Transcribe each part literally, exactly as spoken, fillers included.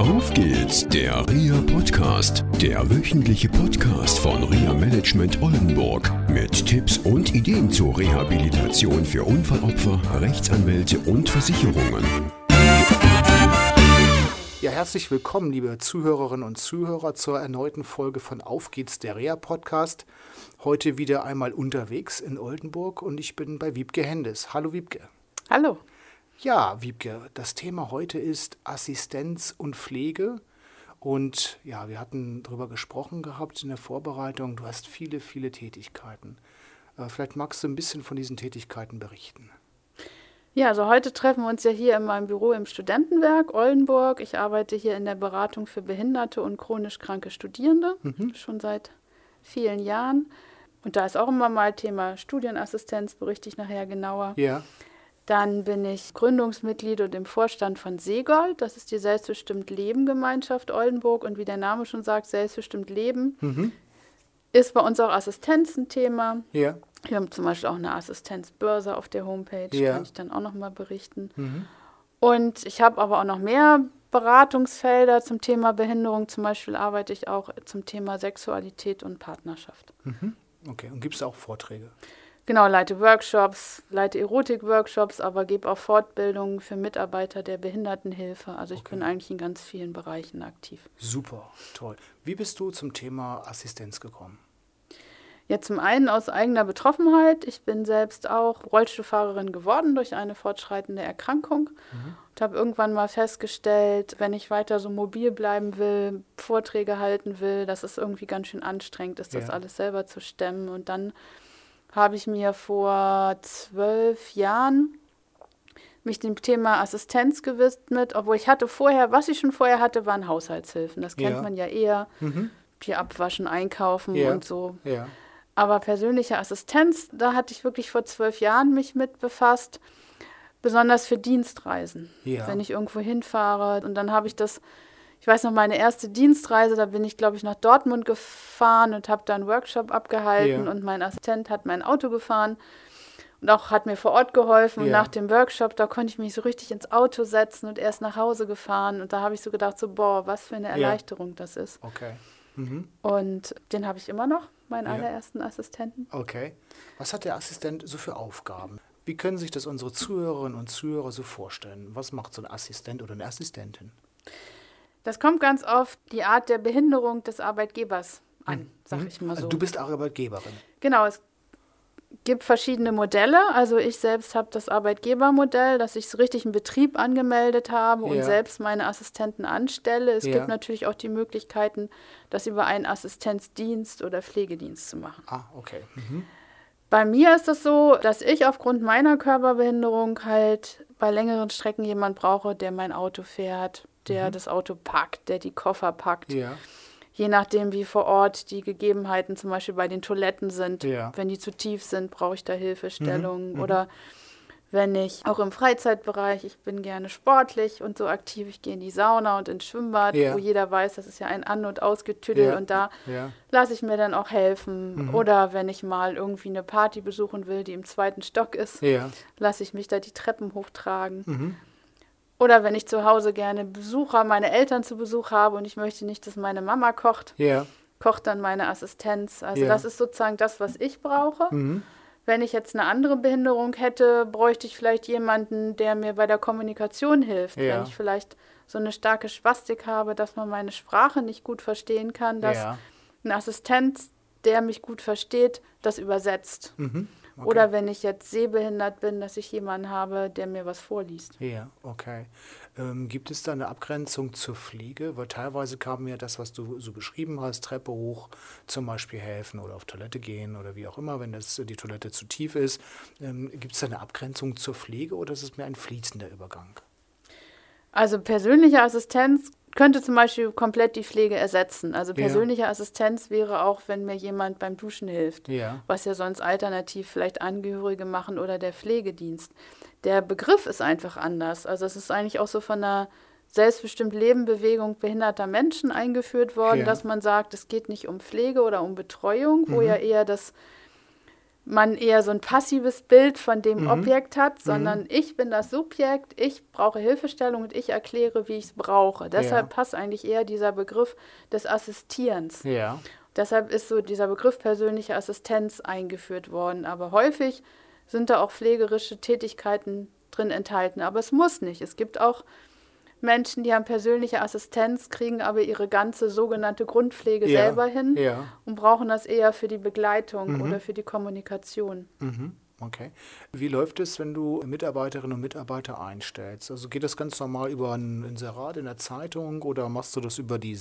Auf geht's, der R I A-Podcast, der wöchentliche Podcast von R I A Management Oldenburg mit Tipps und Ideen zur Rehabilitation für Unfallopfer, Rechtsanwälte und Versicherungen. Ja, herzlich willkommen, liebe Zuhörerinnen und Zuhörer, zur erneuten Folge von Auf geht's, der R I A-Podcast. Heute wieder einmal unterwegs in Oldenburg und ich bin bei Wiebke Hendes. Hallo Wiebke. Hallo. Ja, Wiebke, das Thema heute ist Assistenz und Pflege. Und ja, wir hatten darüber gesprochen gehabt in der Vorbereitung. Du hast viele, viele Tätigkeiten. Äh, vielleicht magst du ein bisschen von diesen Tätigkeiten berichten. Ja, also heute treffen wir uns ja hier in meinem Büro im Studentenwerk Oldenburg. Ich arbeite hier in der Beratung für behinderte und chronisch kranke Studierende, mhm. schon seit vielen Jahren. Und da ist auch immer mal Thema Studienassistenz, berichte ich nachher genauer. Ja. Dann bin ich Gründungsmitglied und im Vorstand von Seegold. Das ist die Selbstbestimmt-Leben-Gemeinschaft Oldenburg. Und wie der Name schon sagt, Selbstbestimmt Leben mhm. ist bei uns auch Assistenz ein Thema. Ja. Wir haben zum Beispiel auch eine Assistenzbörse auf der Homepage, ja. kann ich dann auch nochmal berichten. Mhm. Und ich habe aber auch noch mehr Beratungsfelder zum Thema Behinderung. Zum Beispiel arbeite ich auch zum Thema Sexualität und Partnerschaft. Mhm. Okay, und gibt es auch Vorträge? Genau, leite Workshops, leite Erotik-Workshops, aber gebe auch Fortbildungen für Mitarbeiter der Behindertenhilfe. Also ich okay. bin eigentlich in ganz vielen Bereichen aktiv. Super, toll. Wie bist du zum Thema Assistenz gekommen? Ja, zum einen aus eigener Betroffenheit. Ich bin selbst auch Rollstuhlfahrerin geworden durch eine fortschreitende Erkrankung mhm. und habe irgendwann mal festgestellt, wenn ich weiter so mobil bleiben will, Vorträge halten will, dass es irgendwie ganz schön anstrengend ist, das ja. alles selber zu stemmen. Und dann habe ich mir vor zwölf Jahren mich dem Thema Assistenz gewidmet, obwohl ich hatte vorher, was ich schon vorher hatte, waren Haushaltshilfen. Das kennt ja. man ja eher, mhm. die abwaschen, einkaufen ja. und so. Ja. Aber persönliche Assistenz, da hatte ich wirklich vor zwölf Jahren mich mit befasst, besonders für Dienstreisen, ja. wenn ich irgendwo hinfahre. Und dann habe ich das, ich weiß noch, meine erste Dienstreise, da bin ich, glaube ich, nach Dortmund gefahren und habe da einen Workshop abgehalten ja. und mein Assistent hat mein Auto gefahren und auch hat mir vor Ort geholfen. Ja. Und nach dem Workshop, da konnte ich mich so richtig ins Auto setzen und erst nach Hause gefahren. Und da habe ich so gedacht, so boah, was für eine Erleichterung ja. das ist. Okay. Mhm. Und den habe ich immer noch, meinen ja. allerersten Assistenten. Okay. Was hat der Assistent so für Aufgaben? Wie können sich das unsere Zuhörerinnen und Zuhörer so vorstellen? Was macht so ein Assistent oder eine Assistentin? Das kommt ganz auf die Art der Behinderung des Arbeitgebers an, mhm. sag ich mal so. Also du bist Arbeitgeberin. Genau, es gibt verschiedene Modelle. Also ich selbst habe das Arbeitgebermodell, dass ich so richtig einen Betrieb angemeldet habe und ja. selbst meine Assistenten anstelle. Es ja. gibt natürlich auch die Möglichkeiten, das über einen Assistenzdienst oder Pflegedienst zu machen. Ah, okay. Mhm. Bei mir ist es so, dass ich aufgrund meiner Körperbehinderung halt bei längeren Strecken jemanden brauche, der mein Auto fährt, der mhm. das Auto packt, der die Koffer packt. Ja. Je nachdem, wie vor Ort die Gegebenheiten zum Beispiel bei den Toiletten sind. Ja. Wenn die zu tief sind, brauche ich da Hilfestellung. Mhm. Oder wenn ich auch im Freizeitbereich, ich bin gerne sportlich und so aktiv, ich gehe in die Sauna und ins Schwimmbad, ja. wo jeder weiß, das ist ja ein An- und Ausgetüdel ja. und da ja. lasse ich mir dann auch helfen. Mhm. Oder wenn ich mal irgendwie eine Party besuchen will, die im zweiten Stock ist, ja. lasse ich mich da die Treppen hochtragen. Mhm. Oder wenn ich zu Hause gerne Besucher, meine Eltern zu Besuch habe und ich möchte nicht, dass meine Mama kocht, ja. kocht dann meine Assistenz. Also ja. das ist sozusagen das, was ich brauche. Mhm. Wenn ich jetzt eine andere Behinderung hätte, bräuchte ich vielleicht jemanden, der mir bei der Kommunikation hilft. Ja. Wenn ich vielleicht so eine starke Spastik habe, dass man meine Sprache nicht gut verstehen kann, dass ja. ein Assistent, der mich gut versteht, das übersetzt. Mhm. Okay. Oder wenn ich jetzt sehbehindert bin, dass ich jemanden habe, der mir was vorliest. Ja, okay. Ähm, gibt es da eine Abgrenzung zur Pflege? Weil teilweise kam mir das, was du so beschrieben hast, Treppe hoch zum Beispiel helfen oder auf Toilette gehen oder wie auch immer, wenn das, die Toilette zu tief ist. Ähm, gibt es da eine Abgrenzung zur Pflege oder ist es mehr ein fließender Übergang? Also persönliche Assistenz könnte zum Beispiel komplett die Pflege ersetzen. Also persönliche ja. Assistenz wäre auch, wenn mir jemand beim Duschen hilft, ja. was ja sonst alternativ vielleicht Angehörige machen oder der Pflegedienst. Der Begriff ist einfach anders. Also es ist eigentlich auch so von einer Selbstbestimmt-Leben-Bewegung behinderter Menschen eingeführt worden, ja. dass man sagt, es geht nicht um Pflege oder um Betreuung, wo mhm. ja eher das man eher so ein passives Bild von dem Mhm. Objekt hat, sondern Mhm. ich bin das Subjekt, ich brauche Hilfestellung und ich erkläre, wie ich es brauche. Deshalb Ja. passt eigentlich eher dieser Begriff des Assistierens. Ja. Deshalb ist so dieser Begriff persönliche Assistenz eingeführt worden. Aber häufig sind da auch pflegerische Tätigkeiten drin enthalten. Aber es muss nicht. Es gibt auch Menschen, die haben persönliche Assistenz, kriegen aber ihre ganze sogenannte Grundpflege Ja. selber hin Ja. und brauchen das eher für die Begleitung Mhm. oder für die Kommunikation. Mhm. Okay. Wie läuft es, wenn du Mitarbeiterinnen und Mitarbeiter einstellst? Also geht das ganz normal über ein Inserat in der Zeitung oder machst du das über die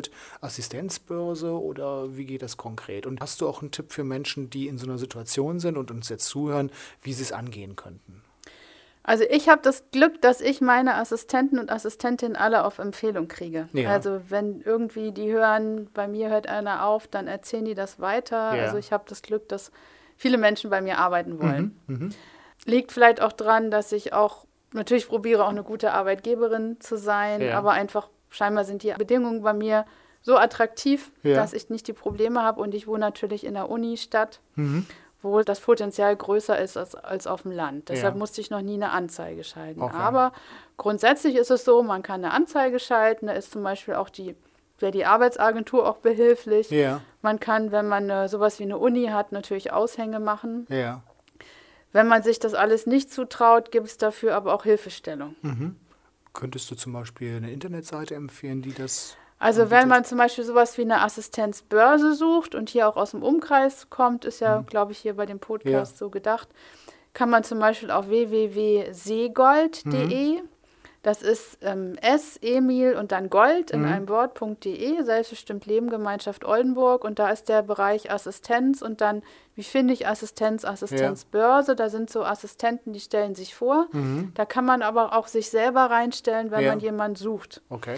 Seegold-Assistenzbörse oder wie geht das konkret? Und hast du auch einen Tipp für Menschen, die in so einer Situation sind und uns jetzt zuhören, wie sie es angehen könnten? Also ich habe das Glück, dass ich meine Assistenten und Assistentinnen alle auf Empfehlung kriege. Ja. Also wenn irgendwie die hören, bei mir hört einer auf, dann erzählen die das weiter. Ja. Also ich habe das Glück, dass viele Menschen bei mir arbeiten wollen. Mhm. Mhm. Liegt vielleicht auch dran, dass ich auch natürlich probiere, auch eine gute Arbeitgeberin zu sein, Ja. aber einfach scheinbar sind die Bedingungen bei mir so attraktiv, Ja. dass ich nicht die Probleme habe und ich wohne natürlich in der Unistadt, Mhm. wo das Potenzial größer ist als, als auf dem Land. Deshalb Ja. musste ich noch nie eine Anzeige schalten. Okay. Aber grundsätzlich ist es so, man kann eine Anzeige schalten, da ist zum Beispiel auch die, wäre die Arbeitsagentur auch behilflich. Ja. Man kann, wenn man äh, sowas wie eine Uni hat, natürlich Aushänge machen. Ja. Wenn man sich das alles nicht zutraut, gibt es dafür aber auch Hilfestellung. Mhm. Könntest du zum Beispiel eine Internetseite empfehlen, die das Also anbietet? wenn man zum Beispiel sowas wie eine Assistenzbörse sucht und hier auch aus dem Umkreis kommt, ist ja, glaube ich, hier bei dem Podcast Ja. so gedacht, kann man zum Beispiel auf w w w punkt seegold punkt de, das ist ähm, S, Emil und dann Gold in Mhm. einem Wort.de, Selbstbestimmt Leben Gemeinschaft Oldenburg, und da ist der Bereich Assistenz und dann, wie finde ich Assistenz, Assistenzbörse, da sind so Assistenten, die stellen sich vor. Mhm. Da kann man aber auch sich selber reinstellen, wenn Ja. man jemanden sucht. Okay.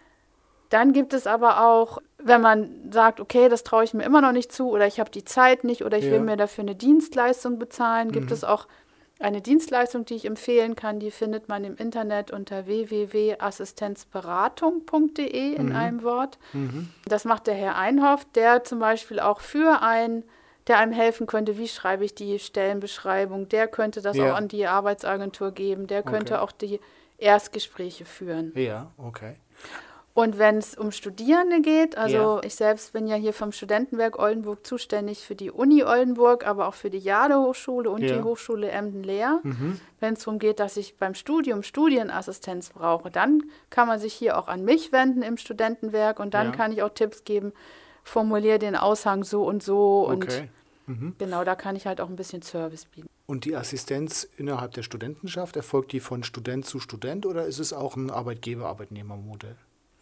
Dann gibt es aber auch, wenn man sagt, okay, das traue ich mir immer noch nicht zu oder ich habe die Zeit nicht oder ich Ja. will mir dafür eine Dienstleistung bezahlen, gibt Mhm. es auch eine Dienstleistung, die ich empfehlen kann, die findet man im Internet unter w w w punkt assistenzberatung punkt de in Mhm. einem Wort. Mhm. Das macht der Herr Einhoff, der zum Beispiel auch für einen, der einem helfen könnte, wie schreibe ich die Stellenbeschreibung, der könnte das Ja. auch an die Arbeitsagentur geben, der könnte Okay. auch die Erstgespräche führen. Ja, okay. Und wenn es um Studierende geht, also Ja. ich selbst bin ja hier vom Studentenwerk Oldenburg zuständig für die Uni Oldenburg, aber auch für die Jade-Hochschule und Ja. die Hochschule Emden-Leer. Mhm. Wenn es darum geht, dass ich beim Studium Studienassistenz brauche, dann kann man sich hier auch an mich wenden im Studentenwerk und dann Ja. kann ich auch Tipps geben, formuliere den Aushang so und so und Okay. Mhm. genau, da kann ich halt auch ein bisschen Service bieten. Und die Assistenz innerhalb der Studentenschaft, erfolgt die von Student zu Student oder ist es auch ein Arbeitgeber-Arbeitnehmer-Modell?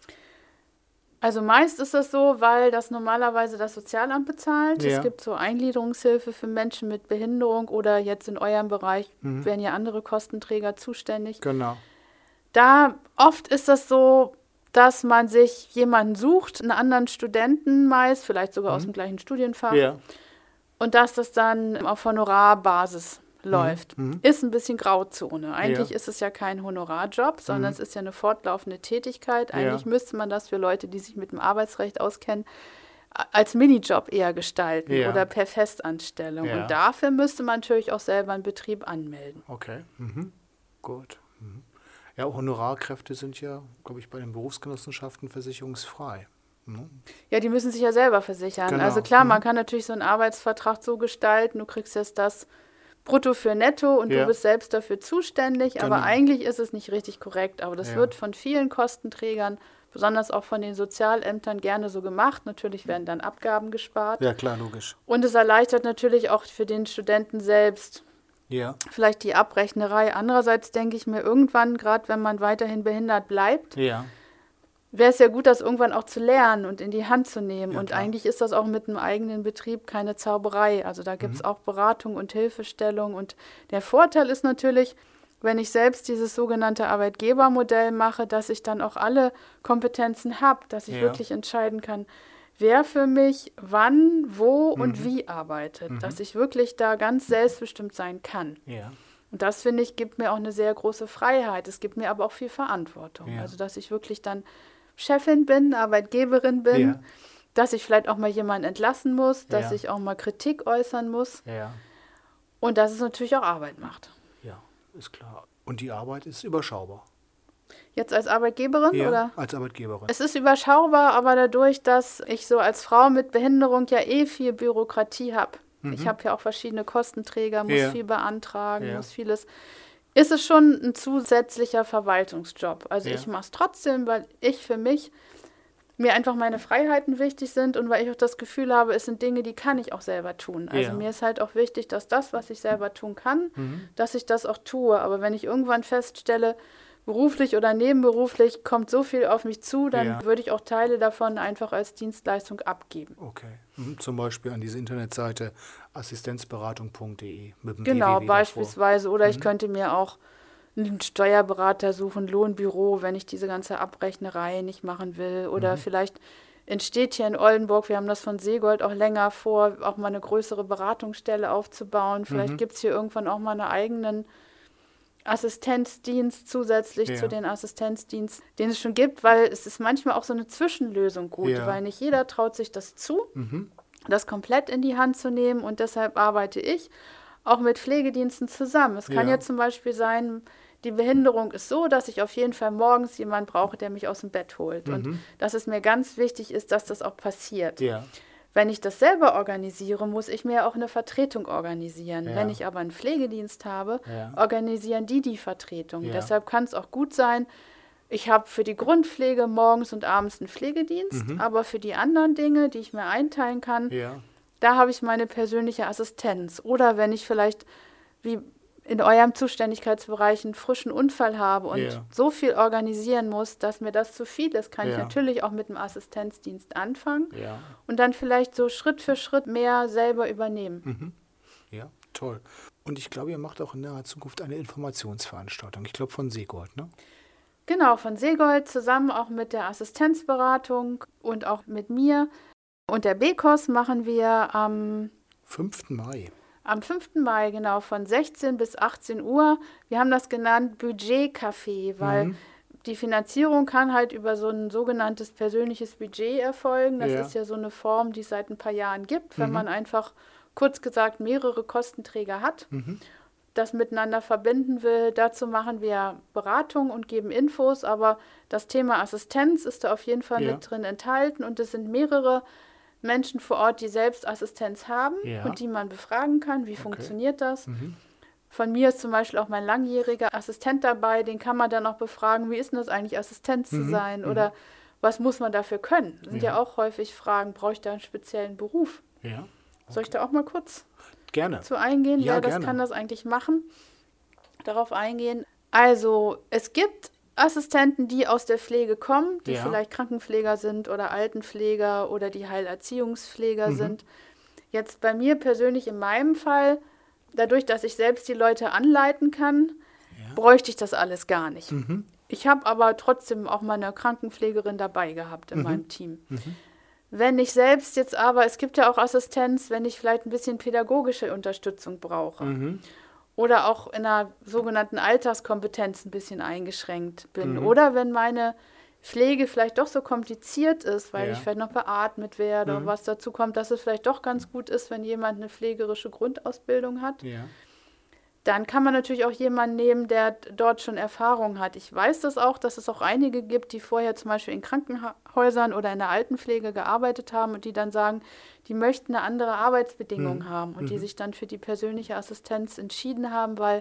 Also meist ist das so, weil das normalerweise das Sozialamt bezahlt. Ja. Es gibt so Eingliederungshilfe für Menschen mit Behinderung oder jetzt in eurem Bereich Mhm. wären ja andere Kostenträger zuständig. Genau. Da oft ist das so, dass man sich jemanden sucht, einen anderen Studenten meist, vielleicht sogar aus Mhm. dem gleichen Studienfach, Ja. und dass das dann auf Honorarbasis läuft. Mhm. Ist ein bisschen Grauzone. Eigentlich Ja. ist es ja kein Honorarjob, sondern Mhm. es ist ja eine fortlaufende Tätigkeit. Eigentlich Ja. müsste man das für Leute, die sich mit dem Arbeitsrecht auskennen, a- als Minijob eher gestalten Ja. oder per Festanstellung. Ja. Und dafür müsste man natürlich auch selber einen Betrieb anmelden. Okay. Mhm. Gut. Mhm. Ja, Honorarkräfte sind ja, glaube ich, bei den Berufsgenossenschaften versicherungsfrei. Mhm. Ja, die müssen sich ja selber versichern. Genau. Also klar, man Mhm. kann natürlich so einen Arbeitsvertrag so gestalten, du kriegst jetzt das brutto für netto und Ja. du bist selbst dafür zuständig, aber Genau. eigentlich ist es nicht richtig korrekt. Aber das Ja. wird von vielen Kostenträgern, besonders auch von den Sozialämtern, gerne so gemacht. Natürlich werden dann Abgaben gespart. Ja, klar, logisch. Und es erleichtert natürlich auch für den Studenten selbst Ja. vielleicht die Abrechnerei. Andererseits denke ich mir irgendwann, gerade wenn man weiterhin behindert bleibt, Ja. wäre es ja gut, das irgendwann auch zu lernen und in die Hand zu nehmen. Ja, und klar. eigentlich ist das auch mit einem eigenen Betrieb keine Zauberei. Also da gibt es Mhm. auch Beratung und Hilfestellung. Und der Vorteil ist natürlich, wenn ich selbst dieses sogenannte Arbeitgebermodell mache, dass ich dann auch alle Kompetenzen habe, dass ich Ja. wirklich entscheiden kann, wer für mich wann, wo und Mhm. wie arbeitet. Mhm. Dass ich wirklich da ganz selbstbestimmt sein kann. Ja. Und das, finde ich, gibt mir auch eine sehr große Freiheit. Es gibt mir aber auch viel Verantwortung. Ja. Also, dass ich wirklich dann Chefin bin, Arbeitgeberin bin, Ja. dass ich vielleicht auch mal jemanden entlassen muss, dass Ja. ich auch mal Kritik äußern muss. Ja. Und dass es natürlich auch Arbeit macht. Ja, ist klar. Und die Arbeit ist überschaubar. Jetzt als Arbeitgeberin, Ja, oder? als Arbeitgeberin. Es ist überschaubar, aber dadurch, dass ich so als Frau mit Behinderung ja eh viel Bürokratie habe. Mhm. Ich habe ja auch verschiedene Kostenträger, muss ja. viel beantragen, ja. muss vieles. Ist es schon ein zusätzlicher Verwaltungsjob. Also ja. ich mache es trotzdem, weil ich für mich, mir einfach meine Freiheiten wichtig sind und weil ich auch das Gefühl habe, es sind Dinge, die kann ich auch selber tun. Also ja. mir ist halt auch wichtig, dass das, was ich selber tun kann, mhm. dass ich das auch tue. Aber wenn ich irgendwann feststelle, beruflich oder nebenberuflich kommt so viel auf mich zu, dann ja. würde ich auch Teile davon einfach als Dienstleistung abgeben. Okay. Mhm. Zum Beispiel an diese Internetseite assistenzberatung punkt de mit dem Genau, W W W beispielsweise. davor. Oder mhm. ich könnte mir auch einen Steuerberater suchen, Lohnbüro, wenn ich diese ganze Abrechnerei nicht machen will. Oder mhm. vielleicht entsteht hier in Oldenburg, wir haben das von Seegold auch länger vor, auch mal eine größere Beratungsstelle aufzubauen. Vielleicht mhm. gibt es hier irgendwann auch mal einen eigenen Assistenzdienst zusätzlich ja. zu den Assistenzdiensten, den es schon gibt, weil es ist manchmal auch so eine Zwischenlösung gut, ja. weil nicht jeder traut sich das zu, mhm. das komplett in die Hand zu nehmen und deshalb arbeite ich auch mit Pflegediensten zusammen. Es kann ja, ja zum Beispiel sein, die Behinderung ist so, dass ich auf jeden Fall morgens jemanden brauche, der mich aus dem Bett holt mhm. und dass es mir ganz wichtig ist, dass das auch passiert. Ja. Wenn ich das selber organisiere, muss ich mir auch eine Vertretung organisieren. Ja. Wenn ich aber einen Pflegedienst habe, ja. organisieren die die Vertretung. Ja. Deshalb kann es auch gut sein, ich habe für die Grundpflege morgens und abends einen Pflegedienst, mhm. aber für die anderen Dinge, die ich mir einteilen kann, ja. da habe ich meine persönliche Assistenz. Oder wenn ich vielleicht, wie in eurem Zuständigkeitsbereich einen frischen Unfall habe und ja. so viel organisieren muss, dass mir das zu viel ist, kann ja. ich natürlich auch mit dem Assistenzdienst anfangen ja. und dann vielleicht so Schritt für Schritt mehr selber übernehmen. Mhm. Ja, toll. Und ich glaube, ihr macht auch in naher Zukunft eine Informationsveranstaltung. Ich glaube von Seegold, ne? Genau, von Seegold zusammen auch mit der Assistenzberatung und auch mit mir. Und der B K O S machen wir am fünften Mai. Am fünften Mai, genau, von sechzehn bis achtzehn Uhr. Wir haben das genannt Budgetcafé, weil mhm. die Finanzierung kann halt über so ein sogenanntes persönliches Budget erfolgen. Das ja. ist ja so eine Form, die es seit ein paar Jahren gibt, wenn mhm. man einfach, kurz gesagt, mehrere Kostenträger hat, mhm. das miteinander verbinden will. Dazu machen wir Beratung und geben Infos, aber das Thema Assistenz ist da auf jeden Fall ja. mit drin enthalten und es sind mehrere Menschen vor Ort, die selbst Assistenz haben ja. und die man befragen kann, wie okay. funktioniert das. Mhm. Von mir ist zum Beispiel auch mein langjähriger Assistent dabei, den kann man dann auch befragen, wie ist denn das eigentlich, Assistent zu mhm. sein mhm. oder was muss man dafür können? Das sind ja, ja auch häufig Fragen, brauche ich da einen speziellen Beruf? Ja. Okay. Soll ich da auch mal kurz gerne. zu eingehen? Ja, Wer das gerne. kann das eigentlich machen? Darauf eingehen. Also es gibt Assistenten, die aus der Pflege kommen, die ja. vielleicht Krankenpfleger sind oder Altenpfleger oder die Heilerziehungspfleger mhm. sind. Jetzt bei mir persönlich in meinem Fall, dadurch, dass ich selbst die Leute anleiten kann, ja. bräuchte ich das alles gar nicht. Mhm. Ich habe aber trotzdem auch mal eine Krankenpflegerin dabei gehabt in mhm. meinem Team. Mhm. Wenn ich selbst jetzt aber, es gibt ja auch Assistenz, wenn ich vielleicht ein bisschen pädagogische Unterstützung brauche. Mhm. Oder auch in einer sogenannten Alterskompetenz ein bisschen eingeschränkt bin. Mhm. Oder wenn meine Pflege vielleicht doch so kompliziert ist, weil ja. ich vielleicht noch beatmet werde mhm. und was dazu kommt, dass es vielleicht doch ganz gut ist, wenn jemand eine pflegerische Grundausbildung hat. Ja. Dann kann man natürlich auch jemanden nehmen, der dort schon Erfahrung hat. Ich weiß das auch, dass es auch einige gibt, die vorher zum Beispiel in Krankenhäusern oder in der Altenpflege gearbeitet haben und die dann sagen, die möchten eine andere Arbeitsbedingung mhm. haben und mhm. die sich dann für die persönliche Assistenz entschieden haben, weil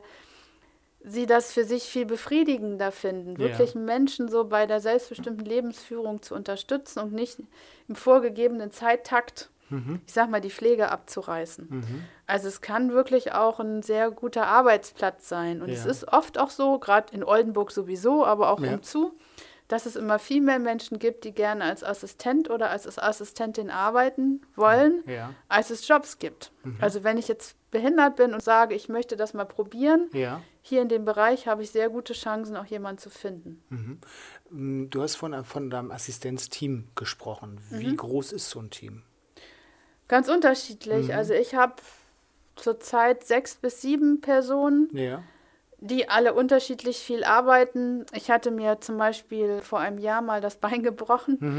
sie das für sich viel befriedigender finden, wirklich ja. Menschen so bei der selbstbestimmten Lebensführung zu unterstützen und nicht im vorgegebenen Zeittakt, mhm. ich sag mal, die Pflege abzureißen. Mhm. Also es kann wirklich auch ein sehr guter Arbeitsplatz sein. Und ja. es ist oft auch so, gerade in Oldenburg sowieso, aber auch ja. umzu, dass es immer viel mehr Menschen gibt, die gerne als Assistent oder als Assistentin arbeiten wollen, ja. als es Jobs gibt. Mhm. Also wenn ich jetzt behindert bin und sage, ich möchte das mal probieren, ja. hier in dem Bereich habe ich sehr gute Chancen, auch jemanden zu finden. Mhm. Du hast von, von deinem Assistenzteam gesprochen. Wie mhm. groß ist so ein Team? Ganz unterschiedlich. Mhm. Also ich habe zurzeit sechs bis sieben Personen, ja. die alle unterschiedlich viel arbeiten. Ich hatte mir zum Beispiel vor einem Jahr mal das Bein gebrochen. Mhm.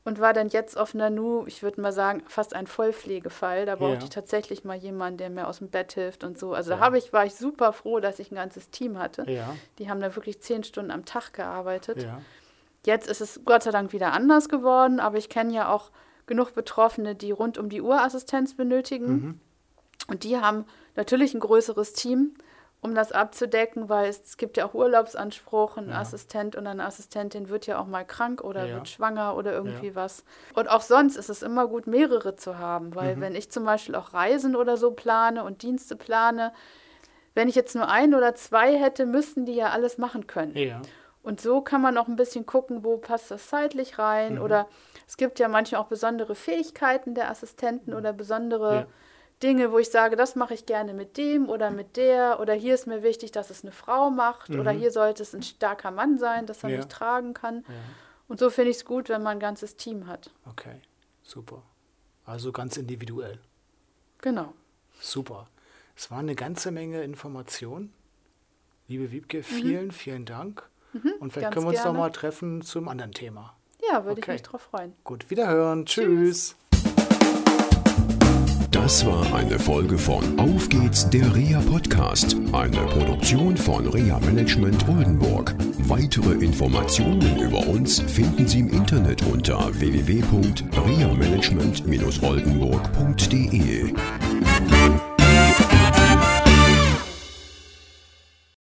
und war dann jetzt auf Nanu, ich würde mal sagen, fast ein Vollpflegefall. Da brauchte Ja. ich tatsächlich mal jemanden, der mir aus dem Bett hilft und so. Also Ja. da habe ich, war ich super froh, dass ich ein ganzes Team hatte. Ja. Die haben da wirklich zehn Stunden am Tag gearbeitet. Ja. Jetzt ist es Gott sei Dank wieder anders geworden, aber ich kenne ja auch genug Betroffene, die rund um die Uhr Assistenz benötigen. Mhm. Und die haben natürlich ein größeres Team, um das abzudecken, weil es, es gibt ja auch Urlaubsanspruch. Ein Ja. Assistent und eine Assistentin wird ja auch mal krank oder Ja. wird schwanger oder irgendwie Ja. was. Und auch sonst ist es immer gut, mehrere zu haben, weil Mhm. wenn ich zum Beispiel auch Reisen oder so plane und Dienste plane, wenn ich jetzt nur ein oder zwei hätte, müssten die ja alles machen können. Ja. Und so kann man auch ein bisschen gucken, wo passt das zeitlich rein. Mhm. Oder es gibt ja manchmal auch besondere Fähigkeiten der Assistenten oder besondere Ja. Dinge, wo ich sage, das mache ich gerne mit dem oder mit der. Oder hier ist mir wichtig, dass es eine Frau macht. Mhm. Oder hier sollte es ein starker Mann sein, dass er Ja. mich tragen kann. Ja. Und so finde ich es gut, wenn man ein ganzes Team hat. Okay, super. Also ganz individuell. Genau. Super. Es war eine ganze Menge Informationen. Liebe Wiebke, vielen, mhm. vielen Dank. Mhm, Und vielleicht ganz können wir uns gerne. noch mal treffen zum anderen Thema. Ja, würde Okay. ich mich drauf freuen. Gut, wiederhören. Tschüss. Das war eine Folge von Auf geht's, der R E A Podcast, eine Produktion von R E A Management Oldenburg. Weitere Informationen über uns finden Sie im Internet unter w w w punkt reamanagement Bindestrich oldenburg punkt de.